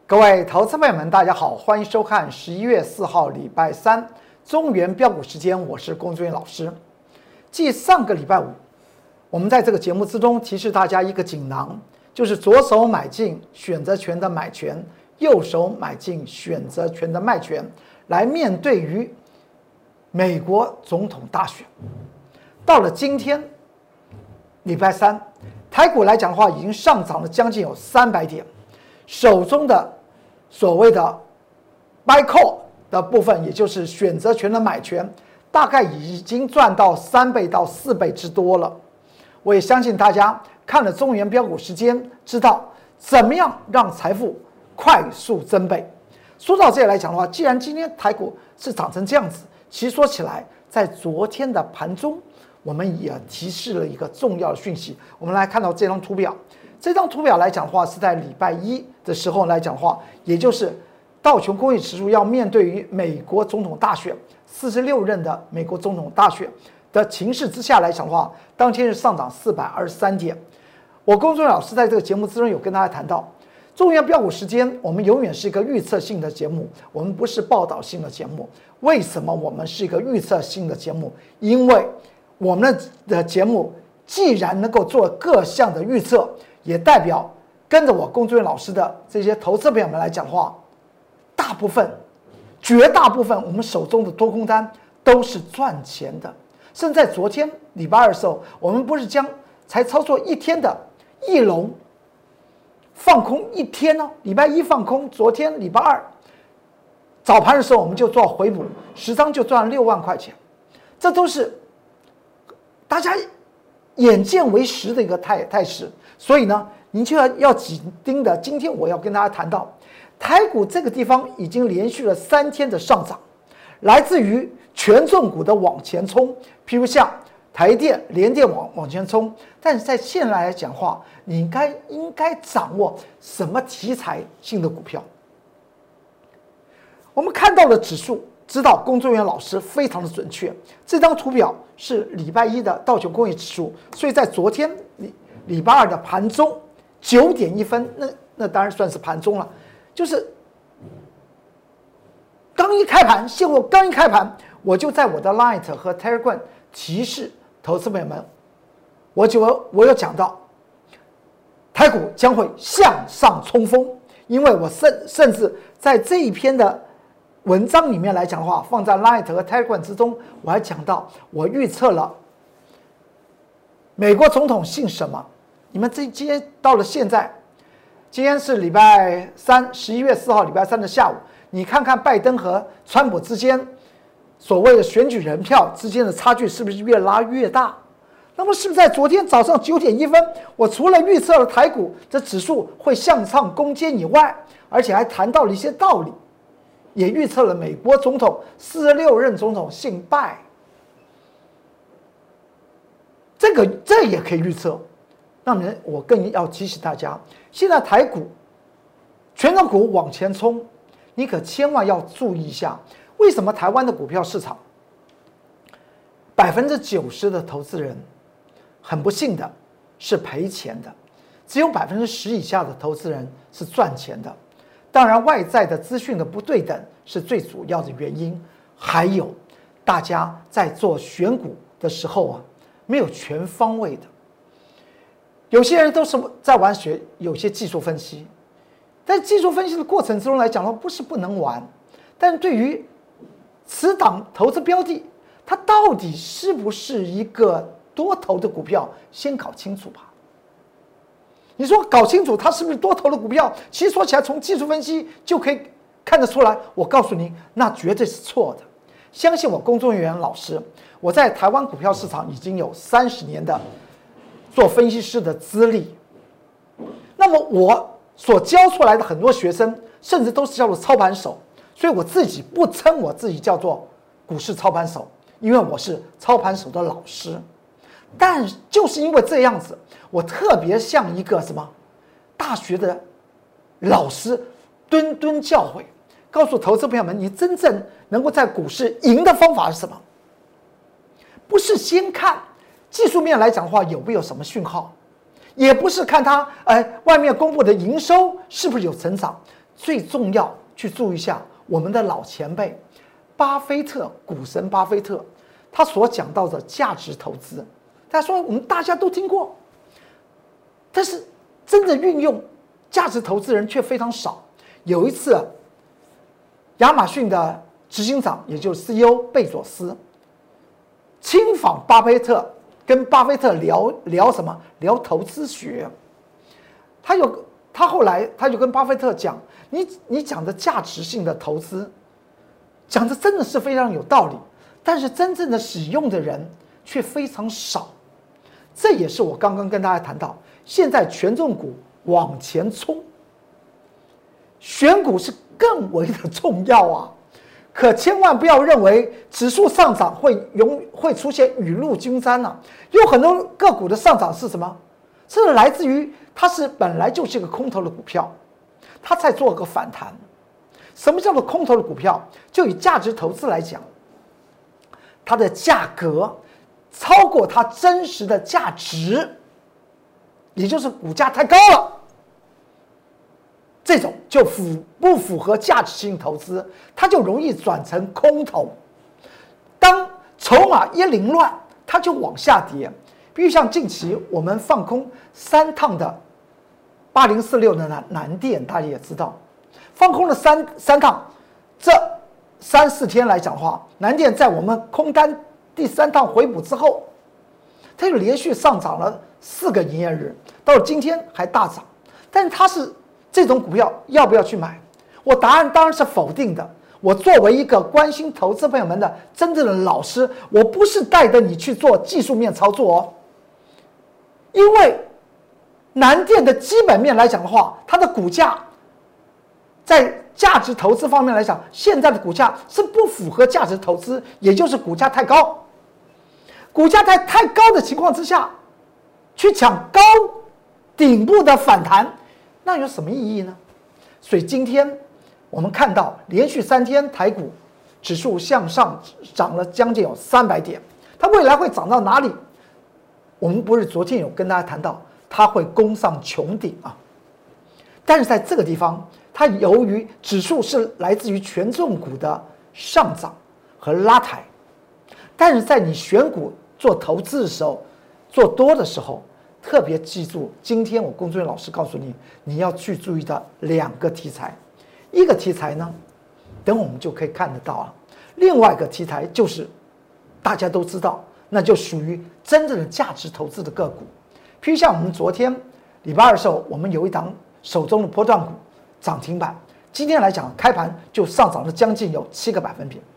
各位投资朋友们，大家好，欢迎收看11月4号礼拜三中原标股时间，我是龚俊老师。继上个礼拜五，我们在这个节目之中提示大家一个锦囊，就是左手买进选择权的买权，右手买进选择权的卖权，来面对于美国总统大选。到了今天礼拜三，台股来讲的话，已经上涨了将近有300点，手中的所谓的 buy call 的部分，也就是选择权的买权，大概已经赚到3倍到4倍之多了。我也相信大家看了中原标股时间，知道怎么样让财富快速增倍。说到这里来讲的话，既然今天台股是涨成这样子，其实说起来，在昨天的盘中，我们也提示了一个重要的讯息。我们来看到这张图表。这张图表来讲的话，是在礼拜一的时候来讲的话，也就是道琼工业指数要面对于美国总统大选46任的美国总统大选的情势之下来讲的话，当天是上涨423点。我龚俊老师在这个节目之中有跟大家谈到，中原标股时间，我们永远是一个预测性的节目，我们不是报道性的节目。为什么我们是一个预测性的节目？因为我们的节目既然能够做各项的预测，也代表跟着我龚俊老师的这些投资朋友们来讲的话，大部分、绝大部分我们手中的多空单都是赚钱的。甚至在昨天礼拜二的时候，我们不是才操作一天的翼龙放空一天哦，礼拜一放空，昨天礼拜二早盘的时候我们就做回补，10张就赚了6万块钱，这都是大家眼见为实的一个态势。所以呢，您就要紧盯的。今天我要跟大家谈到，台股这个地方已经连续了3天的上涨，来自于权重股的往前冲，譬如像台电、联电往前冲。但是在现在来讲话，你应该掌握什么题材性的股票？我们看到的指数，知道龚俊老师非常的准确。这张图表是礼拜一的道琼工业指数，所以在昨天礼拜二的盘中9点1分，那当然算是盘中了，就是刚一开盘，现货刚一开盘，我就在我的 Line 和 Telegram 提示投资朋友们，我有讲到，台股将会向上冲锋，因为我甚至在这一篇的文章里面来讲的话，放在 Line 和 Telegram 之中，我还讲到，我预测了美国总统姓什么。你们今天到了现在，今天是礼拜三，11月4号礼拜三的下午，你看看拜登和川普之间所谓的选举人票之间的差距是不是越拉越大？那么是不是在昨天早上9点1分，我除了预测了台股这指数会向上攻坚以外，而且还谈到了一些道理，也预测了美国总统46任总统姓拜，这也可以预测。那么我更要提醒大家，现在台股权重股往前冲，你可千万要注意一下，为什么台湾的股票市场90%的投资人很不幸的是赔钱的，只有10%以下的投资人是赚钱的。当然，外在的资讯的不对等是最主要的原因，还有大家在做选股的时候啊，没有全方位的。有些人都是在玩有些技术分析，在技术分析的过程之中来讲的话，不是不能玩，但是对于此档投资标的，它到底是不是一个多头的股票，先搞清楚吧。你说搞清楚它是不是多头的股票，其实说起来从技术分析就可以看得出来。我告诉您，那绝对是错的。相信我，龚俊元老师，我在台湾股票市场已经有30年的做分析师的资历。那么我所教出来的很多学生，甚至都是叫做操盘手，所以我自己不称我自己叫做股市操盘手，因为我是操盘手的老师。但就是因为这样子，我特别像一个什么大学的老师，谆谆教诲，告诉投资朋友们，你真正能够在股市赢的方法是什么？不是先看技术面来讲的话有没有什么讯号，也不是看它外面公布的营收是不是有成长， 最重要去注意一下我们的老前辈巴菲特，股神巴菲特，他所讲到的价值投资。他说我们大家都听过，但是真正运用价值投资人却非常少。有一次，亚马逊的执行长，也就是 CEO 贝佐斯，亲访巴菲特，跟巴菲特聊什么？聊投资学。他后来就跟巴菲特讲，你讲的价值性的投资，讲的真的是非常有道理，但是真正的使用的人却非常少。这也是我刚刚跟大家谈到，现在权重股往前冲，选股是更为的重要啊！可千万不要认为指数上涨会出现雨露均沾啊！有很多个股的上涨是什么？是来自于它本来就是一个空头的股票，它在做个反弹。什么叫做空头的股票？就以价值投资来讲，它的价格超过它真实的价值，也就是股价太高了，这种就不符合价值性投资，它就容易转成空头。当筹码一凌乱，它就往下跌。比如像近期我们放空3趟的8046的南电，大家也知道，放空了三趟，这3、4天来讲的话，南电在我们空单第3趟回补之后，它就连续上涨了4个营业日，到了今天还大涨。但是它是这种股票要不要去买？我答案当然是否定的。我作为一个关心投资朋友们的真正的老师，我不是带着你去做技术面操作哦。因为南电的基本面来讲的话，它的股价在价值投资方面来讲，现在的股价是不符合价值投资，也就是股价太高。股价在太高的情况之下，去抢高顶部的反弹，那有什么意义呢？所以今天我们看到连续3天台股指数向上涨了将近有300点，它未来会涨到哪里？我们不是昨天有跟大家谈到，它会攻上穹顶啊。但是在这个地方，它由于指数是来自于权重股的上涨和拉抬，但是在你选股做投资的时候，做多的时候，特别记住，今天我工作人员老师告诉你，你要去注意的2个题材。一个题材呢，等我们就可以看得到了；另外一个题材就是大家都知道，那就属于真正的价值投资的个股。譬如像我们昨天礼拜2的时候，我们有一档手中的波段股涨停板，今天来讲开盘就上涨了将近有7个百分点。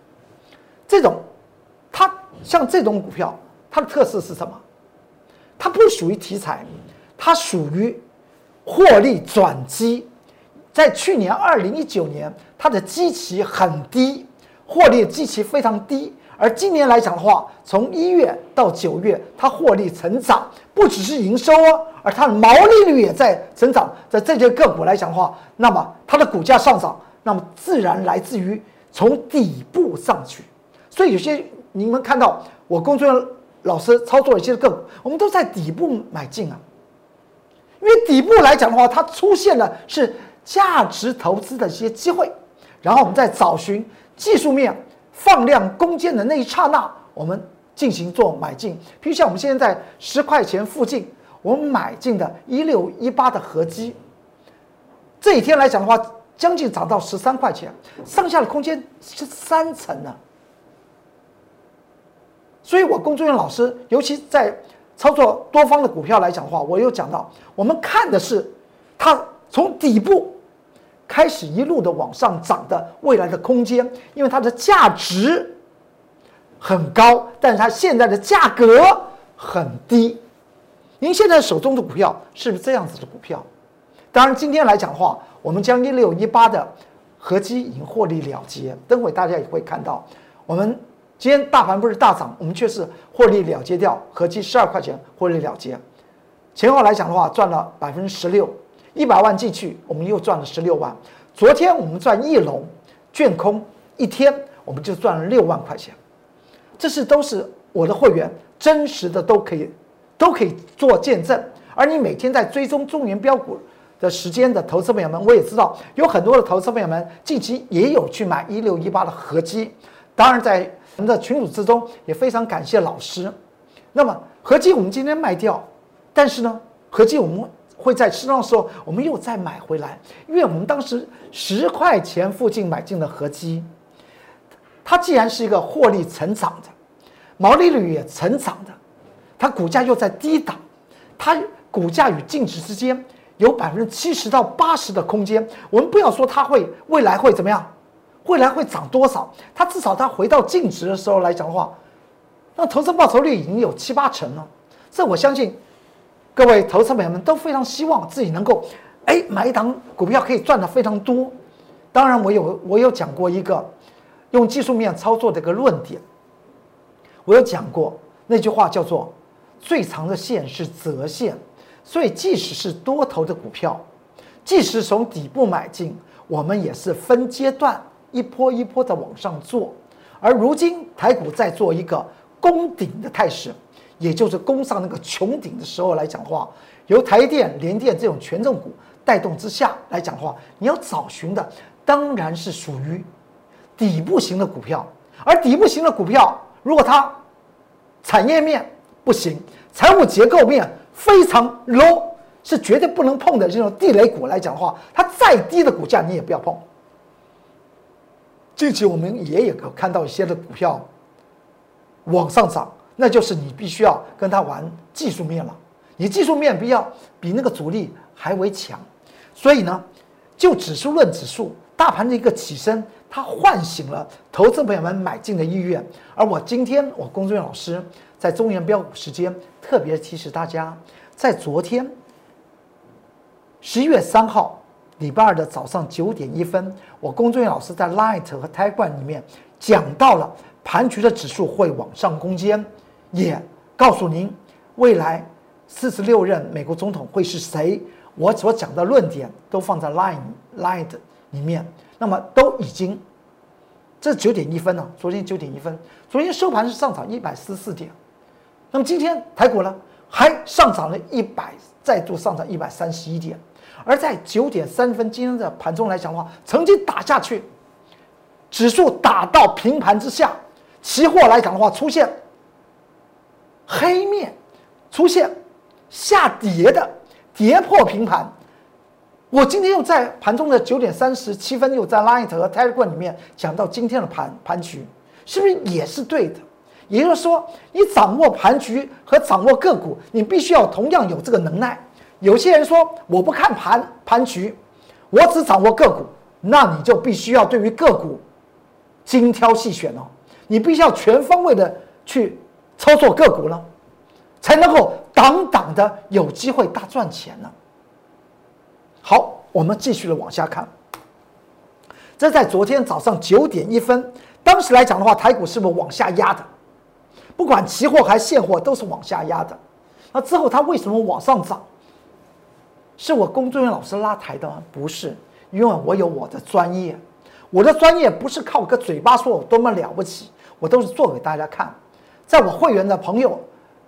它像这种股票，它的特色是什么？它不属于题材，它属于获利转机。在去年2019年，它的基期很低，获利的基期非常低。而今年来讲的话，从1月到9月，它获利成长，不只是营收哦，而它的毛利率也在成长。在这些个股来讲的话，那么它的股价上涨，那么自然来自于从底部上去。所以有些你们看到我工作人员老师操作一些个股，我们都在底部买进啊，因为底部来讲的话，它出现了是价值投资的一些机会，然后我们再找寻技术面放量攻坚的那一刹那，我们进行做买进。比如像我们现在在10块钱附近，我们买进的1618的合基，这一天来讲的话，将近涨到13块钱，上下的空间是3成呢。所以我工作人员老师，尤其在操作多方的股票来讲的话，我有讲到，我们看的是它从底部开始一路的往上涨的未来的空间，因为它的价值很高，但是它现在的价格很低。您现在手中的股票是不是这样子的股票？当然，今天来讲的话，我们将1618的合基已经获利了结，等会大家也会看到，我们今天大盘不是大涨，我们却是获利了结掉合基12块钱获利了结，前后来讲的话赚了16%，100万进去，我们又赚了16万。昨天我们赚翼龙券空一天，我们就赚了6万块钱。这都是我的会员真实的都可以做见证。而你每天在追踪中原标股的时间的投资朋友们，我也知道有很多的投资朋友们近期也有去买1618的合基，当然在我们的群组之中也非常感谢老师。那么合基我们今天卖掉，但是呢，合基我们会在适当的时候我们又再买回来，因为我们当时10块钱附近买进的合基，它既然是一个获利成长的，毛利率也成长的，它股价又在低档，它股价与净值之间有70%到80%的空间。我们不要说它未来会怎么样，未来会涨多少，它至少它回到净值的时候来讲的话，那投资报酬率已经有7、8成了。这我相信各位投资朋友们都非常希望自己能够买一档股票可以赚得非常多。当然我有讲过一个用技术面操作的一个论点，我有讲过那句话叫做最长的线是折线。所以即使是多头的股票，即使从底部买进，我们也是分阶段一波一波的往上做。而如今台股在做一个攻顶的态势，也就是攻上那个穹顶的时候来讲的话，由台电、联电这种权重股带动之下来讲的话，你要找寻的当然是属于底部型的股票。而底部型的股票，如果它产业面不行，财务结构面非常 low， 是绝对不能碰的这种地雷股来讲的话，它再低的股价你也不要碰。近期我们也有看到一些的股票往上涨，那就是你必须要跟它玩技术面了，你技术面比那个主力还为强。所以呢，就指数论指数，大盘的一个起升，它唤醒了投资朋友们买进的意愿。而我今天我龚志远老师在中原标股时间特别提示大家，在昨天11月3号礼拜二的早上9点1分，我龚志远老师在 Light 和 Telegram 里面讲到了盘局的指数会往上攻坚，也告诉您未来46任美国总统会是谁。我所讲的论点都放在 Light 里面，那么都已经，这9点1分呢，昨天9点1分，昨天收盘是上涨144点，那么今天台股呢还上涨了再度上涨131点，而在9点3分今天的盘中来讲的话，曾经打下去，指数打到平盘之下，期货来讲的话出现黑面，出现下跌的跌破平盘。我今天又在盘中的9点37分又在 Line 和 Telegram 里面讲到今天的盘局，是不是也是对的？也就是说，你掌握盘局和掌握个股，你必须要同样有这个能耐。有些人说我不看盘局，我只掌握个股，那你就必须要对于个股精挑细选哦，你必须要全方位的去操作个股了，才能够档的有机会大赚钱呢。好，我们继续的往下看。这在昨天早上9点1分，当时来讲的话，台股是不是往下压的？不管期货还是现货都是往下压的。那之后它为什么往上涨？是我龚志远老师拉抬的吗？不是，因为我有我的专业，我的专业不是靠个嘴巴说我多么了不起，我都是做给大家看。在我会员的朋友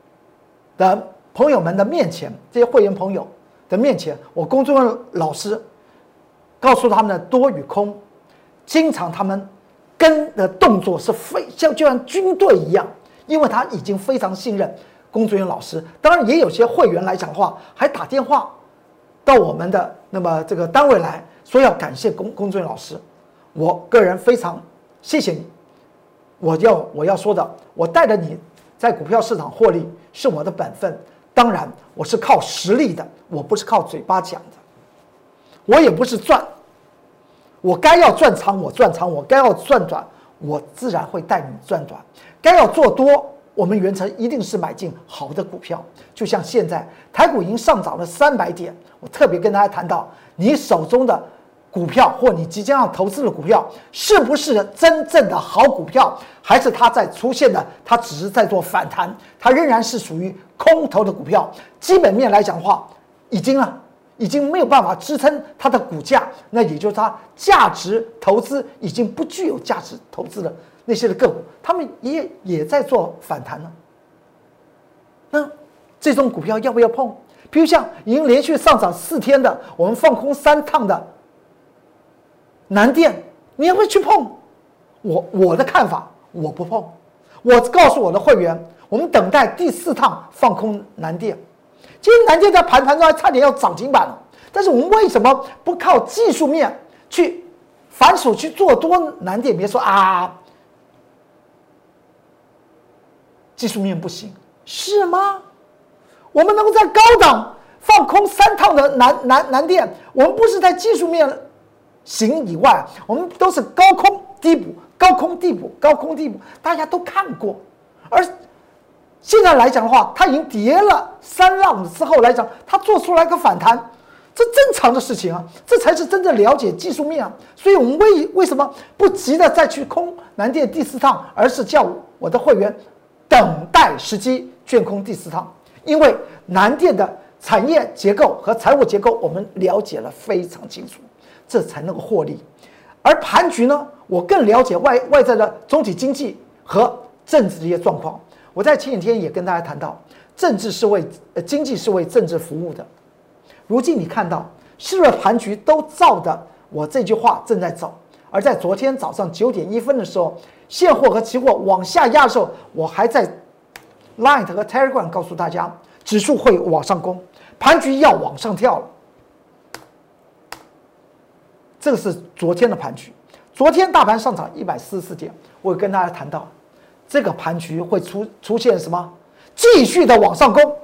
们的面前，这些会员朋友的面前，我龚志远老师告诉他们的多与空，经常他们跟的动作是就像军队一样，因为他已经非常信任龚志远老师。当然也有些会员来讲的话，还打电话到我们的那么这个单位来说要感谢龚志远老师，我个人非常谢谢你。我要说的，我带着你在股票市场获利是我的本分，当然我是靠实力的，我不是靠嘴巴讲的，我也不是赚，我该要赚长我赚长，我该要赚短我自然会带你赚短，该要做多，我们原则一定是买进好的股票。就像现在台股已经上涨了300点，我特别跟大家谈到，你手中的股票或你即将要投资的股票是不是真正的好股票，还是它在出现的它只是在做反弹，它仍然是属于空头的股票。基本面来讲的话，已经没有办法支撑它的股价，那也就是它价值投资已经不具有价值投资的那些的个股，他们也在做反弹呢。那这种股票要不要碰？ 比如像已经连续上涨4天的，我们放空3趟的南电，你也会去碰？我的看法，我不碰。我告诉我的会员，我们等待第4趟放空南电。今天南电在盘中还差点要涨停板了，但是我们为什么不靠技术面去反手去做多南电？别说啊，技术面不行，是吗？我们能够在高档放空3趟的南电，我们不是在技术面行以外，我们都是高空低补、高空低补、高空低补，大家都看过。而现在来讲的话，它已经跌了3浪之后来讲，它做出来一个反弹，这正常的事情啊，这才是真正了解技术面啊。所以我们为什么不急着再去空南电第4趟，而是叫我的会员等待时机卷空第4趟？因为南电的产业结构和财务结构我们了解了非常清楚，这才能够获利。而盘局呢，我更了解外在的总体经济和政治的一些状况。我在前几天也跟大家谈到，经济是为政治服务的。如今你看到是不是盘局都照的我这句话正在走？而在昨天早上9点1分的时候，现货和期货往下压的时候，我还在 Line 和 Telegram 告诉大家，指数会往上攻，盘局要往上跳了。这个是昨天的盘局，昨天大盘上涨144点，我有跟大家谈到，这个盘局会出现什么？继续的往上攻。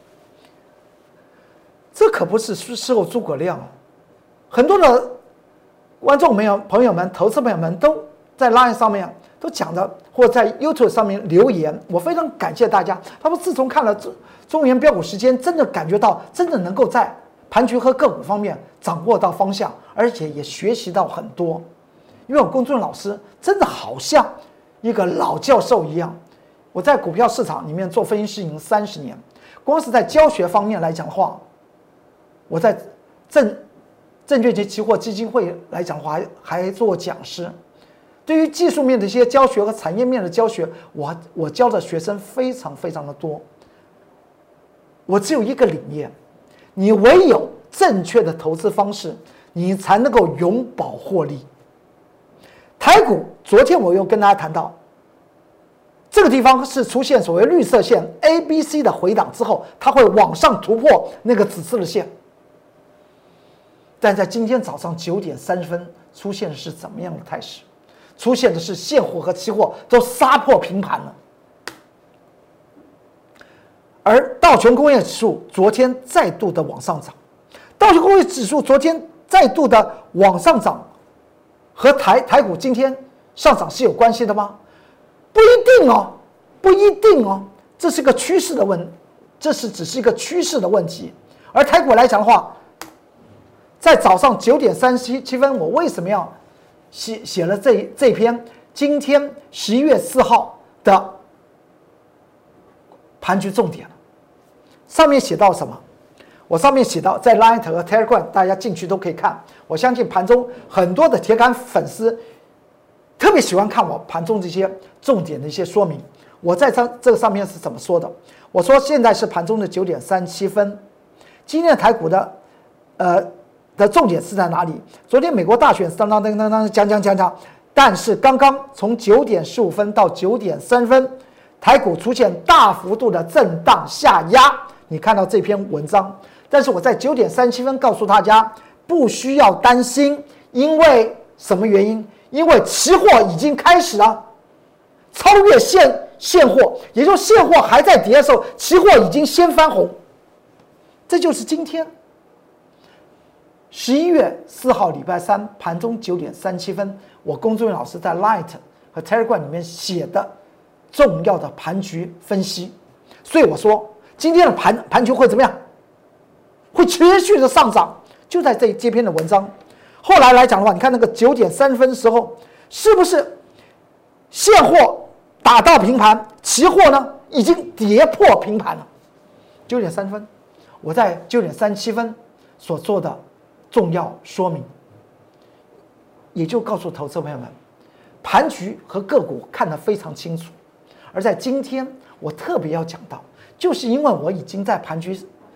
这可不是事后诸葛亮啊！很多的观众朋友们、投资朋友们都在 Line 上面都讲的，或者在 YouTube 上面留言，我非常感谢大家。他们自从看了中原标股时间，真的感觉到真的能够在盘局和个股方面掌握到方向，而且也学习到很多。因为我龚俊老师真的好像一个老教授一样，我在股票市场里面做分析师已经30年，光是在教学方面来讲的话，我在证券及期货基金会来讲的话还做讲师。对于技术面的一些教学和产业面的教学，我教的学生非常非常的多。我只有一个理念，你唯有正确的投资方式，你才能够永保获利。台股昨天我又跟大家谈到，这个地方是出现所谓绿色线 ABC 的回档之后，它会往上突破那个紫色的线。但在今天早上9点30分出现的是怎么样的态势？出现的是现货和期货都杀破平盘了，而道琼工业指数昨天再度的往上涨。道琼工业指数昨天再度的往上涨，和台股今天上涨是有关系的吗？不一定哦，不一定哦，这是个趋势的这只是一个趋势的问题。而台股来讲的话，在早上9点37分，我为什么要写了这篇今天11月4号的盘局重点？上面写到什么？我上面写到，在 Line 和 Telegram 大家进去都可以看。我相信盘中很多的铁杆粉丝特别喜欢看我盘中这些重点的一些说明。我在这个上面是怎么说的？我说现在是盘中的9点37分，今天的台股的重点是在哪里？昨天美国大选当讲，但是刚刚从9点15分到9点3分，台股出现大幅度的震荡下压。你看到这篇文章，但是我在9点37分告诉大家，不需要担心，因为什么原因？因为期货已经开始了超越现货，也就是现货还在跌的时候，期货已经先翻红。这就是今天11月4号礼拜三盘中9点37分，我龚俊老师在 Line 和 Telegram 里面写的重要的盘局分析。所以我说今天的盘局会怎么样？会持续的上涨，就在这篇的文章。后来来讲的话，你看那个9点3分的时候，是不是现货打到平盘，期货呢已经跌破平盘了？9点3分，我在9点37分所做的重要说明，也就告诉投资朋友们，盘局和个股看得非常清楚。而在今天，我特别要讲到，就是因为我已经在盘局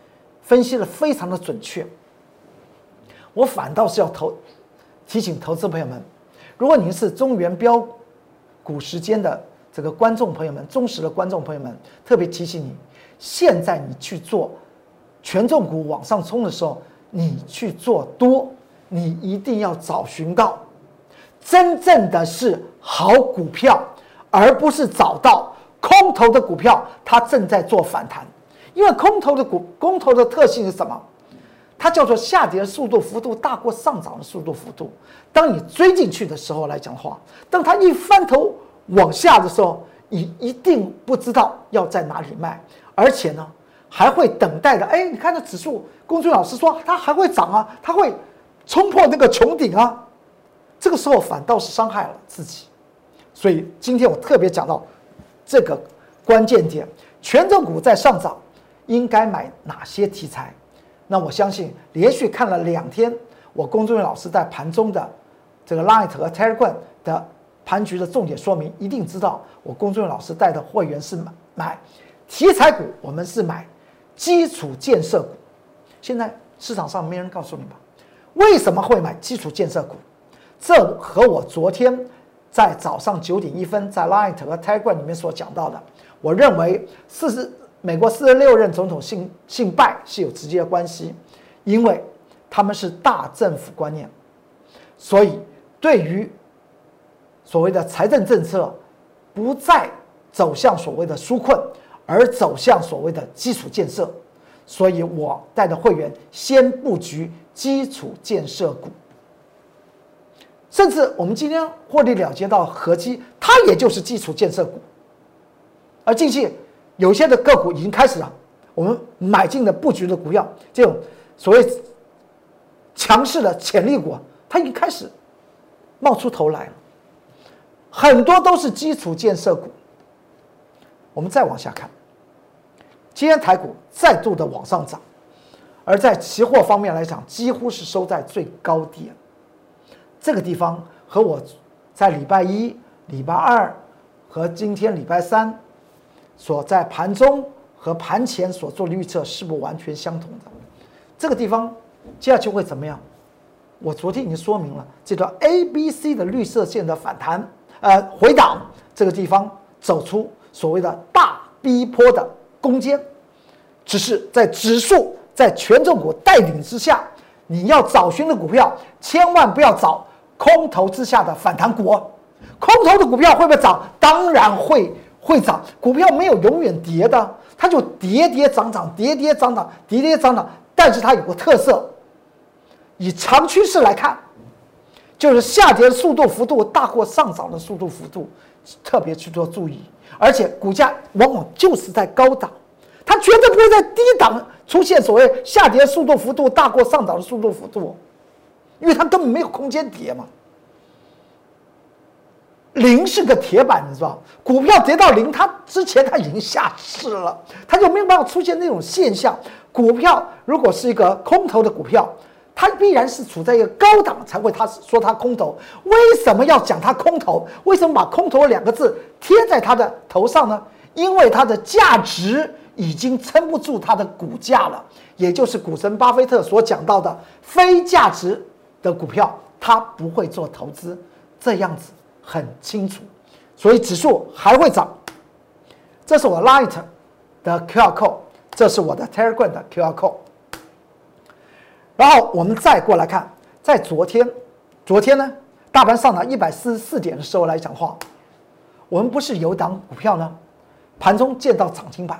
分析的非常的准确。我反倒是要提醒投资朋友们，如果您是中原标股时间的这个观众朋友们，忠实的观众朋友们，特别提醒你，现在你去做权重股往上冲的时候，你去做多，你一定要找寻到真正的是好股票，而不是找到空头的股票，它正在做反弹。因为空头的特性是什么？它叫做下跌的速度幅度大过上涨的速度幅度。当你追进去的时候来讲的话，当它一翻头往下的时候，你一定不知道要在哪里卖，而且呢，还会等待的。哎，你看这指数，龚俊老师说它还会涨啊，它会冲破那个穹顶啊，这个时候反倒是伤害了自己。所以今天我特别讲到这个关键点，权重股在上涨，应该买哪些题材？那我相信连续看了2天，我龚俊老师在盘中的这个 Line 和 Telegram 的盘局的重点说明，一定知道我龚俊老师带的会员是买题材股，我们是买基础建设股。现在市场上没人告诉你吧，为什么会买基础建设股？这和我昨天在早上9点1分在 Line 和 Telegram 里面所讲到的，我认为美国46任总统姓拜是有直接的关系，因为他们是大政府观念，所以对于所谓的财政政策不再走向所谓的纾困，而走向所谓的基础建设，所以我带的会员先布局基础建设股，甚至我们今天获利了结到合基，它也就是基础建设股，而近期有些的个股已经开始了，我们买进的布局的股票，这种所谓强势的潜力股，它已经开始冒出头来了，很多都是基础建设股。我们再往下看，今天台股再度的往上涨，而在期货方面来讲，几乎是收在最高点。这个地方和我在礼拜1、礼拜2和今天礼拜3所在盘中和盘前所做的预测是不完全相同的。这个地方接下去会怎么样？我昨天已经说明了，这条 ABC 的绿色线的反弹，回档，这个地方走出所谓的大 B 波的攻坚，只是在指数在权重股带领之下，你要找寻的股票，千万不要找空头之下的反弹股。空头的股票会不会涨？当然会涨，股票没有永远跌的，它就跌跌涨涨，跌跌涨涨，跌跌涨涨。但是它有个特色，以长趋势来看，就是下跌的速度幅度大过上涨的速度幅度，特别去做注意。而且股价往往就是在高档，它绝对不会在低档出现所谓下跌速度幅度大过上涨的速度幅度，因为它根本没有空间跌嘛。0是个铁板，你知道，股票跌到0，它之前它已经下市了，它就没有办法出现那种现象。股票如果是一个空头的股票，它必然是处在一个高档才会说它空头。为什么要讲它空头？为什么把空头2个字贴在它的头上呢？因为它的价值已经撑不住它的股价了，也就是股神巴菲特所讲到的非价值的股票，它不会做投资，这样子很清楚。所以指数还会涨。这是我 Light 的 QR code， 这是我的 Telegram 的 QR code。然后我们再过来看，在昨天呢，大盘上涨144点的时候来讲话，我们不是有档股票呢，盘中见到涨停板，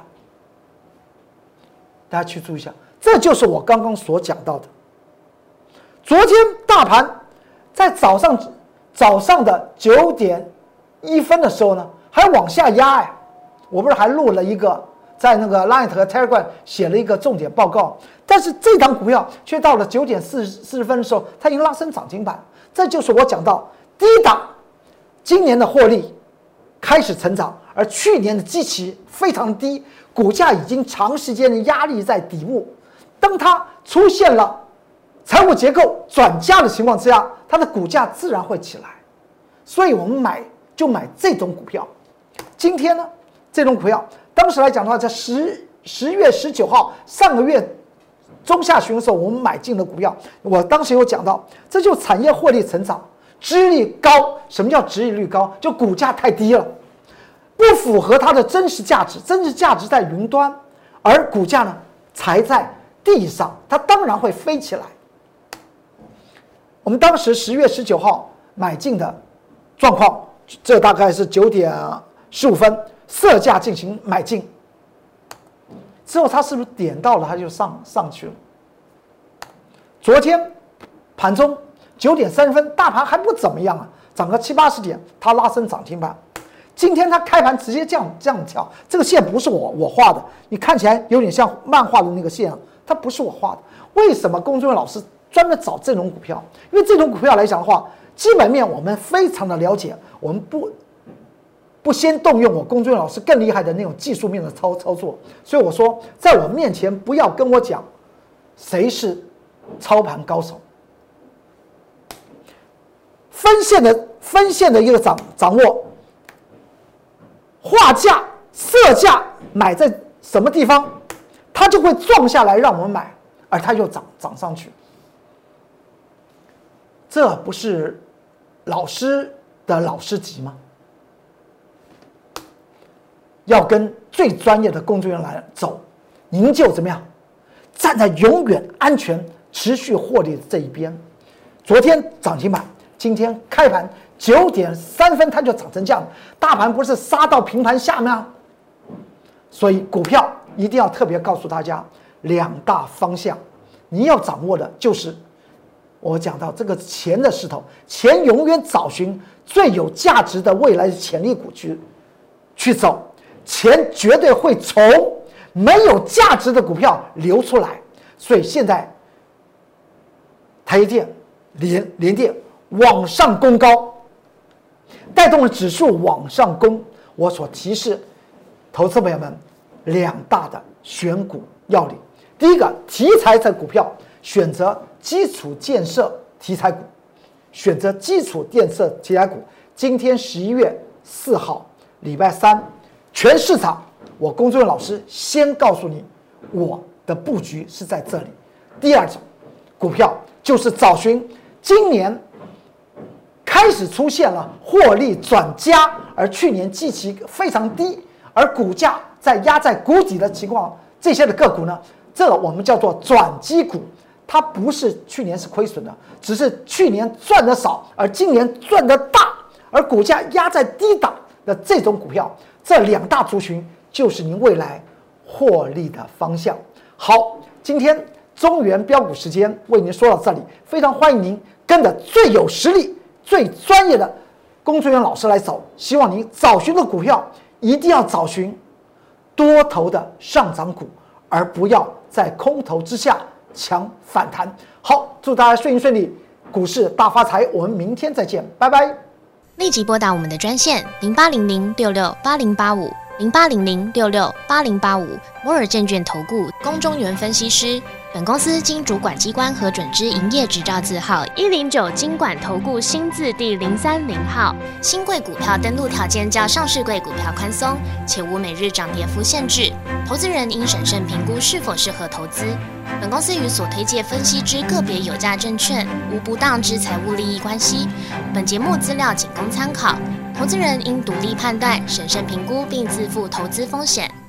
大家去注意一下，这就是我刚刚所讲到的。昨天大盘在早上的9点1分的时候呢，还往下压哎，我不是还录了一个在那个 Line 和 Telegram 写了一个重点报告，但是这档股票却到了9点40分的时候，它已经拉升涨停板。这就是我讲到低档今年的获利开始成长，而去年的基期非常低，股价已经长时间的压力在底部。当它出现了财务结构转佳的情况之下，它的股价自然会起来。所以我们买这种股票。今天呢，这种股票当时来讲的话，在10月19号上个月中下旬的时候我们买进的股票，我当时有讲到，这就产业获利成长，殖利率高。什么叫殖利率高？就股价太低了，不符合它的真实价值，真实价值在云端，而股价呢才在地上，它当然会飞起来。我们当时10月19号买进的状况，这大概是9点15分设价进行买进，之后它是不是点到了它就上去了？昨天盘中9点30分，大盘还不怎么样啊，涨个70、80点，它拉升涨停板。今天它开盘直接这样跳，这个线不是我画的，你看起来有点像漫画的那个线，它不是我画的。为什么龚俊元老师专门找这种股票？因为这种股票来讲的话，基本面我们非常的了解，我们不先动用我龚俊元老师更厉害的那种技术面的操作，所以我说，在我面前不要跟我讲谁是操盘高手。分线的一个掌握，画价、设价买在什么地方，它就会撞下来让我们买，而它又涨上去。这不是老师的老师级吗？要跟最专业的工作人员来走，您就怎么样，站在永远安全、持续获利的这一边。昨天涨停板，今天开盘9点3分，它就涨成这样，大盘不是杀到平盘下吗？所以股票一定要特别告诉大家2大方向，你要掌握的就是我讲到这个钱的势头，钱永远找寻最有价值的未来的潜力股去走，钱绝对会从没有价值的股票流出来。所以现在台积电、联电往上攻高，带动了指数往上攻。我所提示投资朋友们2大的选股要领：第一个，题材的股票选择基础建设题材股，选择基础建设题材股。今天11月4号，礼拜三，全市场我龚俊元老师先告诉你，我的布局是在这里。第二种股票就是找寻今年开始出现了获利转佳，而去年基期非常低，而股价在压在谷底的情况，这些的个股呢，这个我们叫做转机股。它不是去年是亏损的，只是去年赚的少，而今年赚的大，而股价压在低档的这种股票，这2大族群就是您未来获利的方向。好，今天中原标股时间为您说到这里，非常欢迎您跟着最有实力、最专业的龚俊元老师来走。希望您找寻的股票一定要找寻多头的上涨股，而不要在空头之下抢反弹。好，祝大家顺利，股市大发财。我们明天再见，拜拜。 立即拨打我们的专线0800668085，0800668085，摩尔证券投顾龚中原分析师。本公司经主管机关核准之营业执照字号109金管投顾新字第030号。新贵股票登录条件较上市贵股票宽松，且无每日涨跌幅限制。投资人应审慎评估是否适合投资。本公司与所推介分析之个别有价证券无不当之财务利益关系。本节目资料仅供参考，投资人应独立判断、审慎评估并自负投资风险。